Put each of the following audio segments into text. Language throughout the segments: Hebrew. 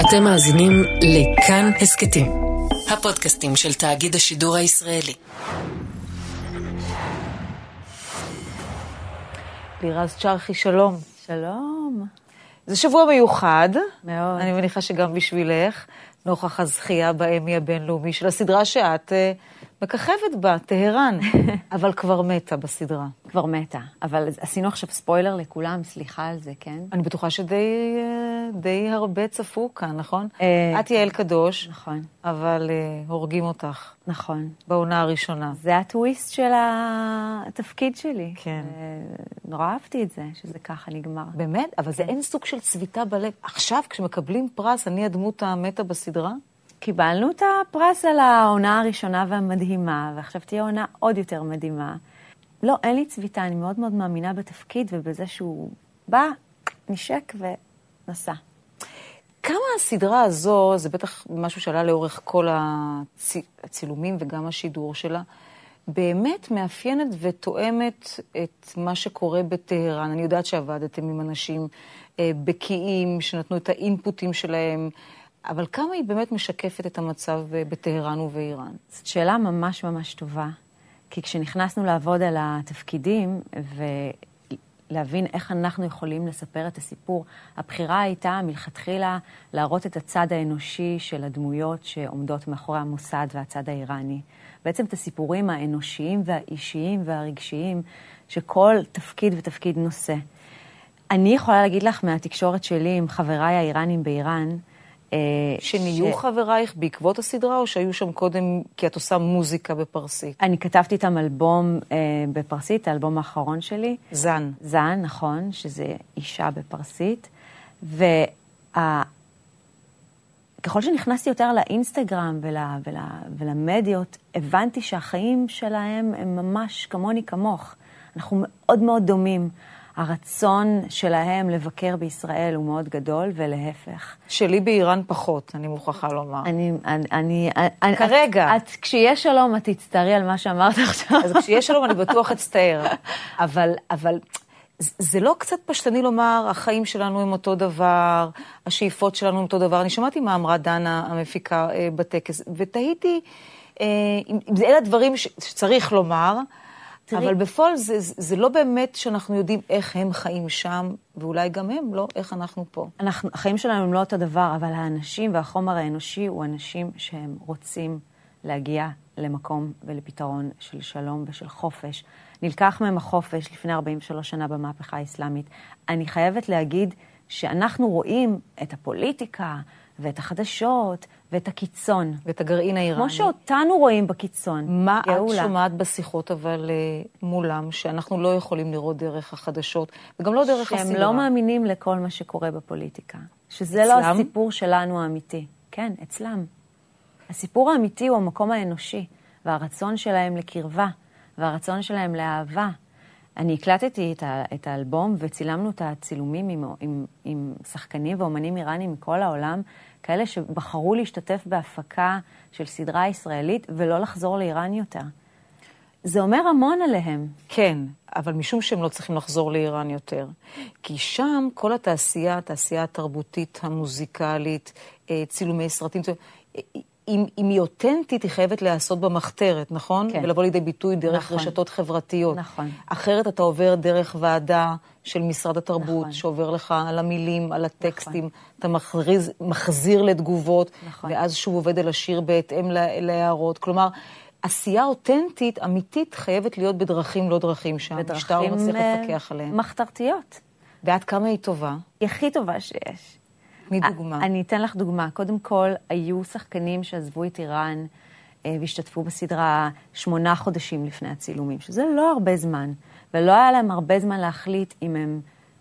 אתם מאזינים לכאן הסקטים, הפודקאסטים של תאגיד השידור הישראלי. לירז צ'רחי, שלום. שלום. זה שבוע מיוחד. מאוד. אני מניחה שגם בשבילך, נוכח הזכייה באמי הבינלאומי של הסדרה שאת מככבת בה, טהרן, אבל כבר מתה בסדרה. כבר מתה, אבל עשינו עכשיו ספוילר לכולם, סליחה על זה, כן? אני בטוחה די הרבה צפו כאן, נכון? את יעל קדוש, נכון. אבל הורגים אותך. נכון. בעונה הראשונה. זה הטוויסט של התפקיד שלי. כן. נורא אהבתי את זה, שזה ככה נגמר. באמת? אבל זה אין סוג של צביטה בלב. עכשיו, כשמקבלים פרס, אני הדמות המתה בסדרה? קיבלנו את הפרס על העונה הראשונה והמדהימה, ועכשיו תהיה עונה עוד יותר מדהימה. לא, אין לי צביטה, אני מאוד מאוד מאמינה בתפקיד, ובזה שהוא בא, נשק ונסע. כמה הסדרה הזו, זה בטח משהו שעלה לאורך כל הצילומים וגם השידור שלה, באמת מאפיינת ותואמת את מה שקורה בטהרן. אני יודעת שעבדתם עם אנשים בקיאים, שנתנו את האינפוטים שלהם, אבל כמה היא באמת משקפת את המצב בטהרן ובאיראן? זאת שאלה ממש ממש טובה, כי כשנכנסנו לעבוד על התפקידים ולהבין איך אנחנו יכולים לספר את הסיפור, הבחירה הייתה מלכתחילה להראות את הצד האנושי של הדמויות שעומדות מאחורי המוסד והצד האיראני. בעצם את הסיפורים האנושיים והאישיים והרגשיים שכל תפקיד ותפקיד נושא. אני יכולה להגיד לך מהתקשורת שלי עם חבריי האיראנים באיראן, שנהיו חברייך בעקבות הסדרה, או שהיו שם קודם כי את עושה מוזיקה בפרסית? אני כתבתי איתם אלבום בפרסית, האלבום האחרון שלי. זן. זן, נכון, שזה אישה בפרסית. ככל שנכנסתי יותר לאינסטגרם ולמדיות, הבנתי שהחיים שלהם הם ממש כמוני כמוך. אנחנו מאוד מאוד דומים. הרצון שלהם לבקר בישראל הוא מאוד גדול, ולהפך. שלי באיראן פחות, אני מוכרחה לומר. כרגע. כשיש שלום, את תצטערי על מה שאמרת עכשיו. אז כשיש שלום, אני בטוח אצטער. אבל זה לא קצת פשטני לומר, החיים שלנו הם אותו דבר, השאיפות שלנו הם אותו דבר. אני שמעתי מה אמרה דנה המפיקה בטקס, ותהיתי, אלה הדברים שצריך לומר, אבל בפועל זה לא באמת שאנחנו יודעים איך הם חיים שם, ואולי גם הם, לא איך אנחנו פה. החיים שלנו הם לא אותו דבר, אבל האנשים והחומר האנושי הוא אנשים שהם רוצים להגיע למקום ולפתרון של שלום ושל חופש. נלקח מהם החופש לפני 43 שנה במהפכה האסלאמית. אני חייבת להגיד שאנחנו רואים את הפוליטיקה ואת החדשות ואת הקיצון. ואת הגרעין האיראני. כמו שאותנו רואים בקיצון. מה את שומעת בשיחות אבל מולם, שאנחנו לא יכולים לראות דרך החדשות, וגם לא דרך הסדרה? שהם לא מאמינים לכל מה שקורה בפוליטיקה. שזה לא הסיפור שלנו האמיתי. כן, אצלם. הסיפור האמיתי הוא המקום האנושי, והרצון שלהם לקרבה, והרצון שלהם לאהבה. אני הקלטתי את האלבום וצילמנו את הצילומים עם שחקנים ואומנים איראנים מכל העולם, כאלה שבחרו להשתתף בהפקה של סדרה ישראלית ולא לחזור לאיראן יותר. זה אומר המון עליהם. כן, אבל משום שהם לא צריכים לחזור לאיראן יותר. כי שם כל התעשייה התרבותית, המוזיקלית, צילומי סרטים, אם היא אותנטית, היא חייבת להיעשות במחתרת, נכון? כן. ולבוא לידי ביטוי דרך נכון. רשתות חברתיות. נכון. אחרת אתה עובר דרך ועדה של משרד התרבות, נכון. שעובר לך על המילים, על הטקסטים, נכון. אתה מחזיר לתגובות, נכון. ואז שוב עובד על השיר בהתאם להערות. כלומר, עשייה אותנטית, אמיתית, חייבת להיות בדרכים לא דרכים שם. בדרכים לא מצליח לפקח עליהן. מחתרתיות. ועד כמה היא טובה? היא הכי טובה שיש. מדוגמה. אני אתן לך דוגמה. קודם כל, היו שחקנים שעזבו את איראן והשתתפו בסדרה 8 חודשים לפני הצילומים, שזה לא הרבה זמן, ולא היה להם הרבה זמן להחליט אם הם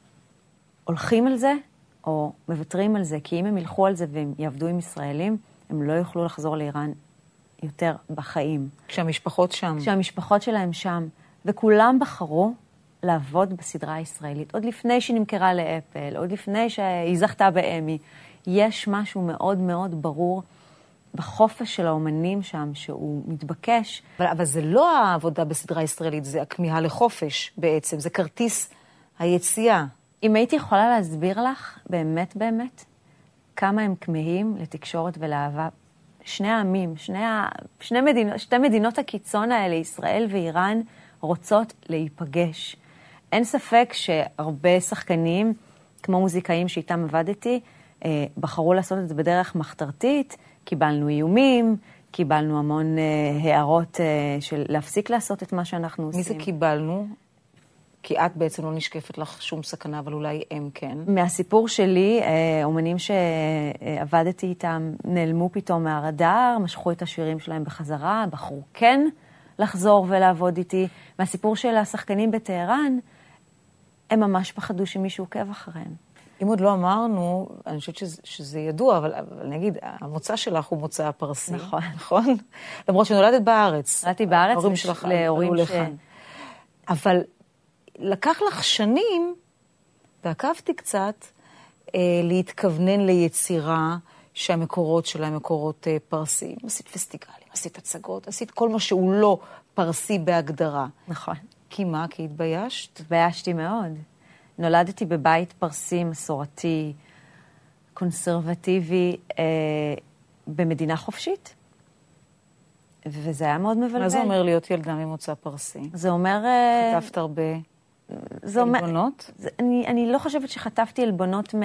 הולכים על זה או מוותרים על זה, כי אם הם ילכו על זה והם יעבדו עם ישראלים, הם לא יוכלו לחזור לאיראן יותר בחיים. כשהמשפחות שם. כשהמשפחות שלהם שם, וכולם בחרו לעבוד בסדרה הישראלית, עוד לפני שהיא נמכרה לאפל, עוד לפני שהיא זכתה באמי. יש משהו מאוד מאוד ברור בחופש של האומנים שם, שהוא מתבקש. אבל זה לא העבודה בסדרה הישראלית, זה הכמיהה לחופש בעצם, זה כרטיס היציאה. אם הייתי יכולה להסביר לך, באמת, כמה הם כמהים לתקשורת ולאהבה. שני העמים, שתי מדינות הקיצון האלה, ישראל ואיראן, רוצות להיפגש. אין ספק שהרבה שחקנים, כמו מוזיקאים שאיתם עבדתי, בחרו לעשות את זה בדרך מחתרתית, קיבלנו איומים, קיבלנו המון הערות של להפסיק לעשות את מה שאנחנו עושים. מי זה קיבלנו? כי את בעצם לא נשקפת לך שום סכנה, אבל אולי הם כן. מהסיפור שלי, אומנים שעבדתי איתם נעלמו פתאום מהרדאר, משכו את השירים שלהם בחזרה, בחרו כן לחזור ולעבוד איתי. מהסיפור של השחקנים בטהרן, הם ממש פחדו שמישהו עוקב אחריהם. אם עוד לא אמרנו, אני חושבת שזה ידוע, אבל נגיד, המוצא שלך הוא מוצא הפרסי. נכון. נכון? למרות שנולדת בארץ. נולדתי בארץ, ההורים שלך עלו לכאן. אבל לקח לך שנים, ועקבתי קצת, להתכוונן ליצירה שהמקורות שלה הם מקורות פרסיים. עשית פסטיגלים, עשית הצגות, עשית כל מה שהוא לא פרסי בהגדרה. נכון. כי מה? כי התביישת? התביישתי מאוד. נולדתי בבית פרסי, מסורתי, קונסרבטיבי, במדינה חופשית. וזה היה מאוד מבלבל. מה זה אומר להיות ילדה ממוצא פרסי? זה אומר... חטפת הרבה עלבונות? אני לא חושבת שחטפתי עלבונות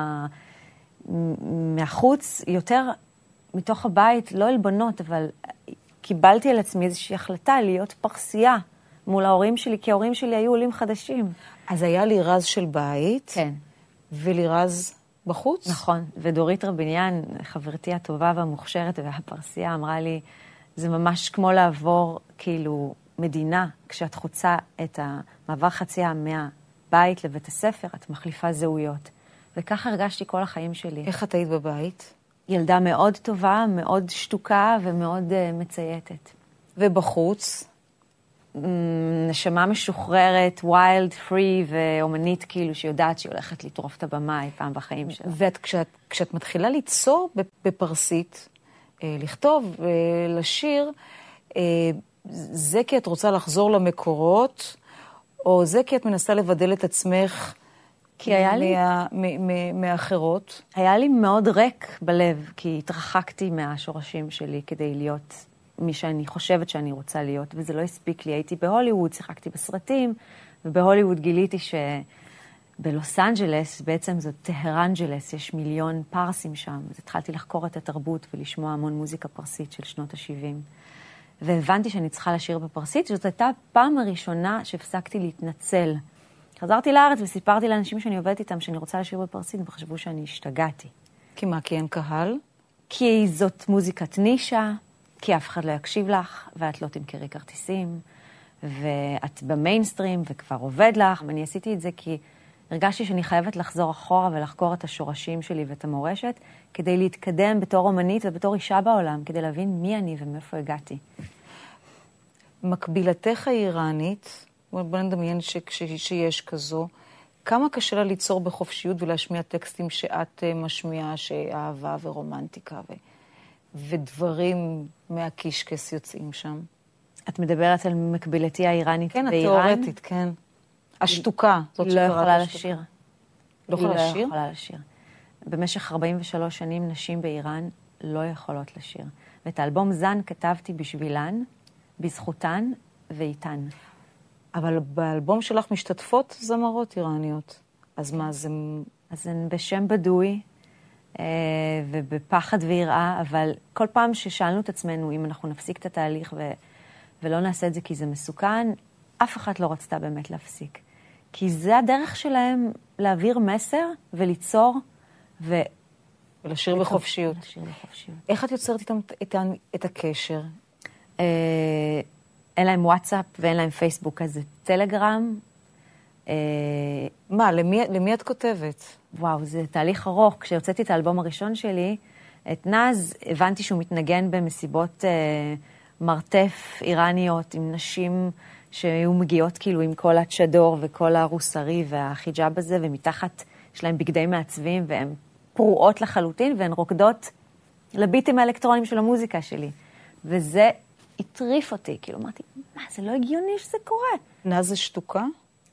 מהחוץ, יותר מתוך הבית, לא עלבונות, אבל קיבלתי על עצמי איזושהי החלטה להיות פרסייה מול ההורים שלי, כי ההורים שלי היו עולים חדשים. אז היה לי רז של בית, כן. ולי רז בחוץ? נכון, ודורית רביניאן, חברתי הטובה והמוכשרת והפרסייה, אמרה לי, זה ממש כמו לעבור כאילו מדינה, כשאת חוצה את המעבר חצייה מהבית לבית הספר, את מחליפה זהויות. וככה הרגשתי כל החיים שלי. איך את היית בבית? ילדה מאוד טובה, מאוד שתוקה ומאוד מצייתת. ובחוץ? נשמה משוחררת, wild, free ואומנית כאילו שיודעת שהיא הולכת לטרוף את הבמה פעם בחיים שלה. וכשאת מתחילה ליצור בפרסית, לכתוב, לשיר, זה כי את רוצה לחזור למקורות, או זה כי את מנסה לבדל את עצמך מאחרות? היה לי מאוד ריק בלב, כי התרחקתי מהשורשים שלי כדי להיות מי שאני חושבת שאני רוצה להיות, וזה לא הספיק לי. הייתי בהוליווד, שיחקתי בסרטים, ובהוליווד גיליתי שבלוס אנג'לס, בעצם זאת טהרנג'לס, יש מיליון פרסים שם, אז התחלתי לחקור את התרבות ולשמוע המון מוזיקה פרסית של שנות ה-70. והבנתי שאני צריכה לשיר בפרסית, זאת הייתה הפעם הראשונה שהפסקתי להתנצל. חזרתי לארץ וסיפרתי לאנשים שאני עובדת איתם שאני רוצה לשיר בפרסית, וחשבו שאני השתגעתי. כי מה? כי אין קהל? כי זאת מוזיקת נישה, כי אף אחד לא יקשיב לך, ואת לא תמכרי כרטיסים, ואת במיינסטרים וכבר עובד לך. ואני עשיתי את זה כי הרגשתי שאני חייבת לחזור אחורה ולחקור את השורשים שלי ואת המורשת, כדי להתקדם בתור אומנית ובתור אישה בעולם, כדי להבין מי אני ומאיפה הגעתי. מקבילתך האיראנית, בוא נדמיין שיש כזו, כמה קשה לה ליצור בחופשיות ולהשמיע טקסטים שאת משמיעה, שאהבה ורומנטיקה ודברים מהקישקס יוצאים שם? את מדברת על מקבילתי האיראנית כן, באיראן? כן, התיאורטית, כן. השתוקה, זאת לא יכולה לשיר. לא יכולה לשיר? היא לא יכולה לשיר. במשך 43 שנים נשים באיראן לא יכולות לשיר. ואת האלבום זן כתבתי בשבילן, בזכותן ואיתן. אבל באלבום שלך משתתפות זמרות איראניות. אז מה זה? אז הן בשם בדוי, ובפחד ויראה, אבל כל פעם ששאלנו את עצמנו אם אנחנו נפסיק את התהליך ולא נעשה את זה כי זה מסוכן, אף אחד לא רצתה באמת להפסיק. כי זה הדרך שלהם להעביר מסר וליצור ולשיר בחופשיות. לשיר בחופשיות. איך את יוצרת איתם את הקשר? אין להם וואטסאפ ואין להם פייסבוק, אז זה טלגרם. מה, למי את כותבת? וואו, זה תהליך ארוך. כשהוצאתי את האלבום הראשון שלי, את נאז, הבנתי שהוא מתנגן במסיבות מרתף איראניות עם נשים שהיו מגיעות כאילו עם כל הצ'דור וכל הרוסרי והחיג'אב הזה, ומתחת יש להם בגדי מעצבים, והן פרועות לחלוטין, והן רוקדות לביטים האלקטרונים של המוזיקה שלי. וזה הטריף אותי, כאילו אמרתי, מה, זה לא הגיוני שזה קורה. נאז זה שתוקה?